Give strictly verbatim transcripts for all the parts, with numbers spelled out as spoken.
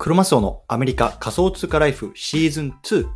クロマスオのアメリカ仮想通貨ライフシーズンツー。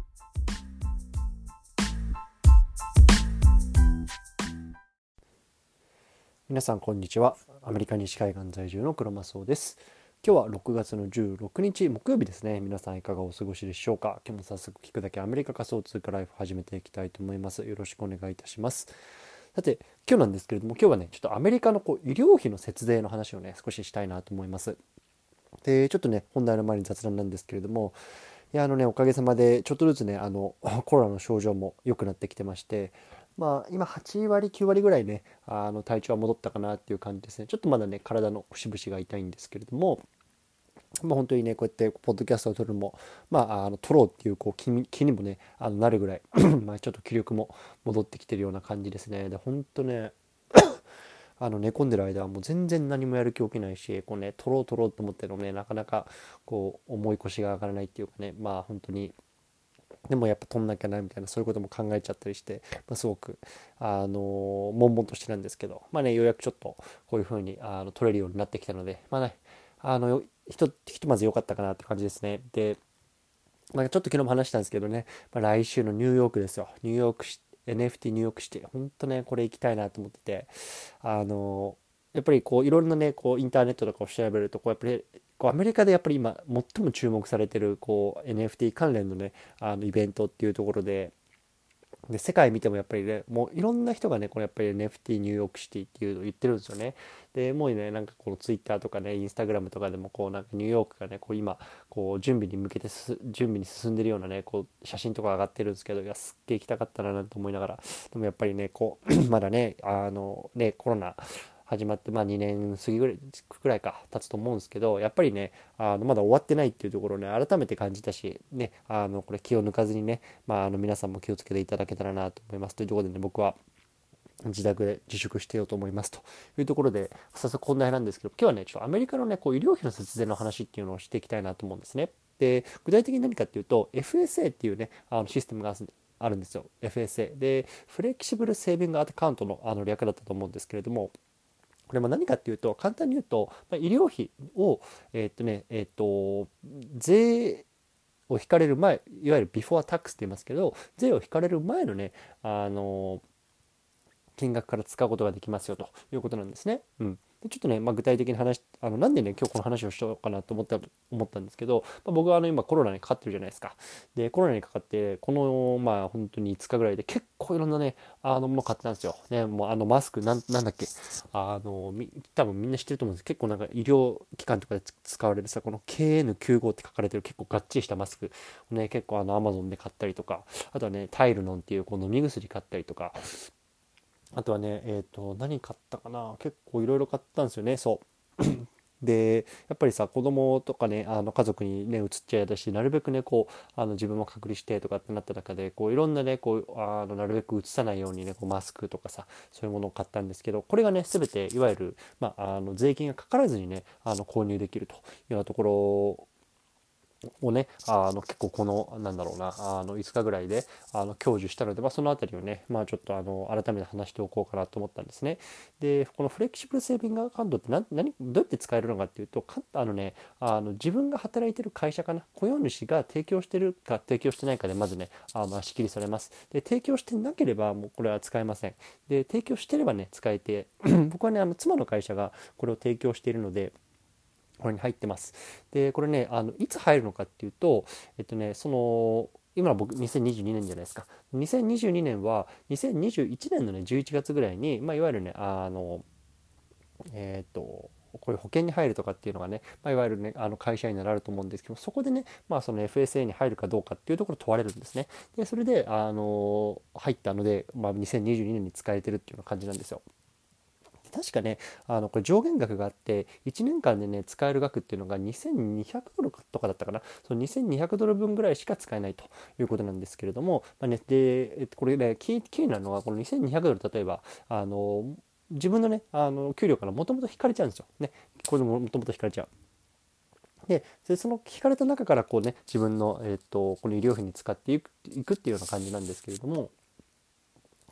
皆さんこんにちは。アメリカ西海岸在住のクロマスオです。今日はろくがつのじゅうろくにち木曜日ですね。皆さんいかがお過ごしでしょうか。今日も早速聞くだけアメリカ仮想通貨ライフ始めていきたいと思います。よろしくお願いいたします。さて今日なんですけれども、今日はねちょっとアメリカのこう医療費の節税の話をね少ししたいなと思います。でちょっとね本題の前に雑談なんですけれども、いやあのねおかげさまでちょっとずつねあのコロナの症状も良くなってきてまして、まあ今はちわりきゅうわりぐらいねあの体調は戻ったかなっていう感じですね。ちょっとまだね体の節々が痛いんですけれども、まあ本当にねこうやってポッドキャストを撮るのもまああの撮ろうっていうこう気に気にもねあのなるぐらいまあちょっと気力も戻ってきてるような感じですね。で本当ねあの寝込んでる間はもう全然何もやる気起きないし、こうね撮ろう撮ろうと思ってもねなかなかこう重い腰が上がらないっていうかね、まあ本当にでもやっぱ撮んなきゃなみたいなそういうことも考えちゃったりして、まあ、すごくあの悶々としてるんですけど、まあねようやくちょっとこういう風にあの撮れるようになってきたので、まあねあのひとひとまず良かったかなって感じですね。で、まあ、ちょっと昨日も話したんですけどね、まあ、来週のニューヨークですよ。ニューヨークシ エヌエフティー ニューヨークシティ、本当ねこれ行きたいなと思ってて、あのやっぱりこういろんなねこうインターネットとかを調べるとこうやっぱりこうアメリカでやっぱり今最も注目されてるこう エヌエフティー 関連のねあのイベントっていうところで、で世界見てもやっぱりねもういろんな人がねこれやっぱり エヌエフティー ニューヨークシティっていうのを言ってるんですよね。でもうねなんかこのツイッターとかねインスタグラムとかでもこうなんかニューヨークがねこう今こう準備に向けてす準備に進んでるようなねこう写真とか上がってるんですけど、いやすっげえ行きたかったななんて思いながら、でもやっぱりねこうまだねあのねコロナ始まってまあにねん過ぎぐらいくらいか経つと思うんですけど、やっぱりねあのまだ終わってないっていうところをね改めて感じたしね、あのこれ気を抜かずにね、まあ、あの皆さんも気をつけていただけたらなと思いますというところでね、僕は自宅で自粛してようと思いますというところで、早速本題なんですけど、今日はねちょっとアメリカのねこう医療費の節税の話っていうのをしていきたいなと思うんですね。で具体的に何かっていうと エフエスエー っていうねあのシステムがあるんですよ。 エフエスエー でフレキシブルセービングアカウントのあの略だったと思うんですけれども、これも何かっていうと簡単に言うと、まあ、医療費をえーっとねえーっと税を引かれる前、いわゆるビフォータックスって言いますけど、税を引かれる前のねあの金額から使うことができますよということなんですね。うん、でちょっとね、まあ、具体的に話あのなんでね今日この話をしようかなと思った思ったんですけど、まあ、僕はあの今コロナにかかってるじゃないですか。でコロナにかかってこのまあ本当にいつかぐらいで結構いろんなねあのもの買ってたんですよ。ね、もうあのマスクなんなんだっけあのみ多分みんな知ってると思うんですけど、結構なんか医療機関とかで使われるさこの ケーエヌきゅうじゅうご って書かれてる結構がっちりしたマスクをね結構あのアマゾンで買ったりとか、あとはねタイルノンっていうこう飲み薬買ったりとか、あとはね、えっと、何買ったかな、結構いろいろ買ったんですよね、そう。で、やっぱりさ、子供とかね、あの家族にね、移っちゃいだし、なるべくね、こう、あの自分も隔離してとかってなった中で、こう、いろんなね、こう、あのなるべく移さないようにね、こうマスクとかさ、そういうものを買ったんですけど、これがね、すべて、いわゆる、まあ、あの税金がかからずにね、あの購入できるというようなところをね、あの結構このなんだろうなあのいつかぐらいであの享受したので、まあ、そのあたりをね、まあ、ちょっとあの改めて話しておこうかなと思ったんですね。でこのフレキシブルセービングアカウントって何何どうやって使えるのかっていうと、かあのねあの自分が働いてる会社かな、雇用主が提供してるか提供してないかでまずねあの仕切りされます。で提供してなければもうこれは使えません。で提供してればね使えて僕はねあの妻の会社がこれを提供しているのでこれに入ってます。で、これね、あのいつ入るのかっていうと、えっとね、その、今は僕にせんにじゅうにねんじゃないですか。にせんにじゅうにねんはにせんにじゅういちねんのねじゅういちがつぐらいに、まあ、いわゆるね、あの、えっと、こういう保険に入るとかっていうのがね、まあ、いわゆるね、あの会社員になると思うんですけど、そこでね、まあその エフエスエー に入るかどうかっていうところ問われるんですね。で、それで、あの、入ったので、まあにせんにじゅうにねんに使えてるっていうような感じなんですよ。確かね、あのこれ上限額があって、いちねんかんでね、使える額っていうのがにせんにひゃくドルとかだったかな、そのにせんにひゃくドル分ぐらいしか使えないということなんですけれども、まあね、で、えっと、これね、キー、キーなのは、このにせんにひゃくドル、例えば、あの、自分のね、あの給料からもともと引かれちゃうんですよ。ね、これももともと引かれちゃう。で、でその引かれた中からこうね、自分の、えっと、この医療費に使っていく、いくっていうような感じなんですけれども、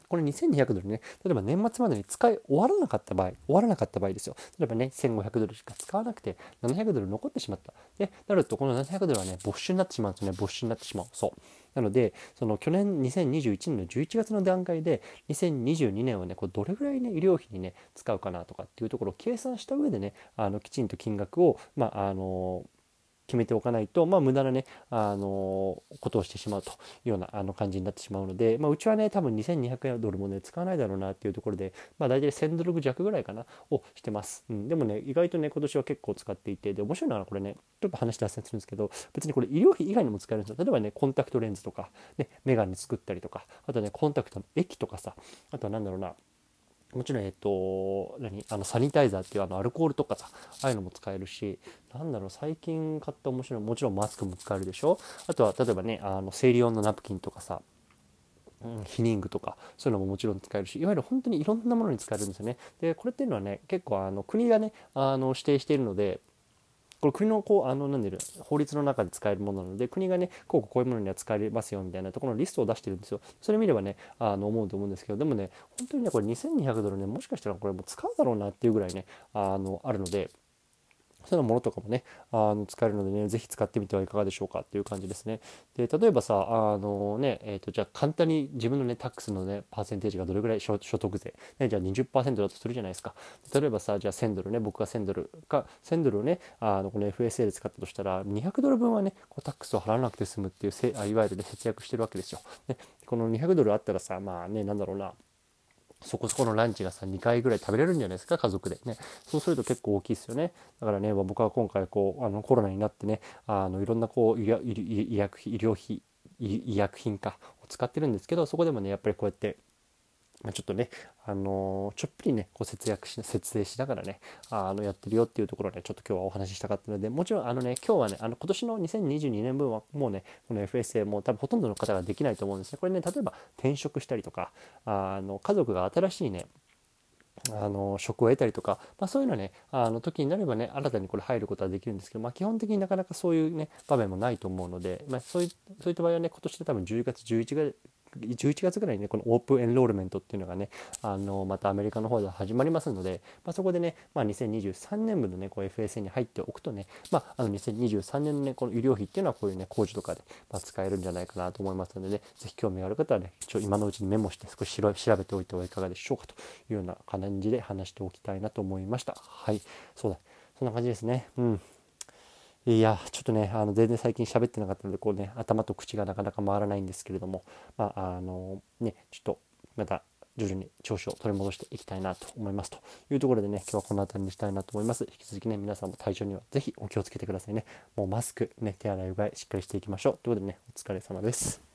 これにせんにひゃくドルね、例えば年末までに使い終わらなかった場合、終わらなかった場合ですよ。例えばね、せんごひゃくドルしか使わなくて、ななひゃくドル残ってしまった。で、なると、このななひゃくドルはね、没収になってしまうんですよね。没収になってしまう。そう。なので、その去年にせんにじゅういちねんのじゅういちがつの段階で、にせんにじゅうにねんはね、こうどれぐらいね、医療費にね、使うかなとかっていうところを計算した上でね、あのきちんと金額を、まあ、あの決めておかないと、まあ、無駄なね、あのことをしてしまうというようなあの感じになってしまうので、まあ、うちはね、多分にせんにひゃくドルもね、使わないだろうなっていうところで、まあ、大体せんドル弱ぐらいかな、をしてます。うん、でもね、意外とね、今年は結構使っていて、で、面白いのはこれね、ちょっと話脱線するんですけど、別にこれ医療費以外にも使えるんですよ。例えばね、コンタクトレンズとか、ね、メガネ作ったりとか、あとね、コンタクトの液とかさ、あとはなんだろうな、もちろん、えっと、何あのサニタイザーっていうあのアルコールとかさ、ああいうのも使えるし、なんだろう、最近買った面白い、もちろんマスクも使えるでしょ。あとは、例えばね、あの生理用のナプキンとかさ、うん、避妊具とか、そういうのももちろん使えるし、いわゆる本当にいろんなものに使えるんですよね。で、これっていうのはね、結構あの国がね、あの指定しているので、これ国のこうあのなんで法律の中で使えるものなので、国がねこうこういうものには使えますよみたいなところのリストを出してるんですよ。それ見ればねあの思うと思うんですけど、でもね本当にねこれにせんにひゃくドルね、もしかしたらこれもう使うだろうなっていうぐらいねあのあるので、そういうものとかもねあの使えるのでね、ぜひ使ってみてはいかがでしょうかっていう感じですね。で、例えばさあのねえー、とじゃあ簡単に自分のねタックスのねパーセンテージがどれぐらい所所得税、ね、じゃあにじゅっパーセントだとするじゃないですか。例えばさじゃあせんドルね、僕がせんドルかせんドルをねあのこの エフエスエー で使ったとしたらにひゃくドル分はねこうタックスを払わなくて済むっていうせあいわゆる、ね、節約してるわけですよ。ね、このにひゃくドルあったらさ、まあねなんだろうな、そこそこのランチがさにかいぐらい食べれるんじゃないですか、家族でね。そうすると結構大きいですよね。だからね、まあ、僕は今回こうあのコロナになってね、あのいろんなこう医療医薬費医療費医薬品かを使ってるんですけど、そこでもねやっぱりこうやってまあちょっとね、あのーちょっぴりね、こう節約し、節制しながらね、あの、やってるよっていうところをね、ちょっと今日はお話ししたかったので、もちろんあのね、今日はね、あの、今年のにせんにじゅうにねんぶんはもうね、この エフエスエー も多分ほとんどの方ができないと思うんですね。これね、例えば転職したりとか、あの、家族が新しいね、あの職を得たりとか、まあ、そういうのねあの時になればね新たにこれ入ることはできるんですけど、まあ、基本的になかなかそういうね場面もないと思うので、まあ、そういそういった場合はね今年で多分じゅうがつじゅういちがつじゅういちがつぐらいにねこのオープンエンロールメントっていうのがねあのまたアメリカの方で始まりますので、まあ、そこでね、まあ、にせんにじゅうさんねんぶんのねこう エフエスエー に入っておくとね、まあ、あのにせんにじゅうさんねんのねこの医療費っていうのはこういうね工事とかで、まあ、使えるんじゃないかなと思いますのでね、ぜひ興味がある方はねちょ今のうちにメモして少し調べておいてはいかがでしょうかというような感じで話しておきたいなと思いました。はい、そうだ、そんな感じですね。うん。いや、ちょっとね、あの全然最近喋ってなかったので、こうね、頭と口がなかなか回らないんですけれども、まあ、あのね、ちょっとまた徐々に調子を取り戻していきたいなと思いますというところでね、今日はこの辺りにしたいなと思います。引き続きね、皆さんも体調にはぜひお気をつけてくださいね。もうマスク、ね、手洗いうがいしっかりしていきましょう。ということでね、お疲れ様です。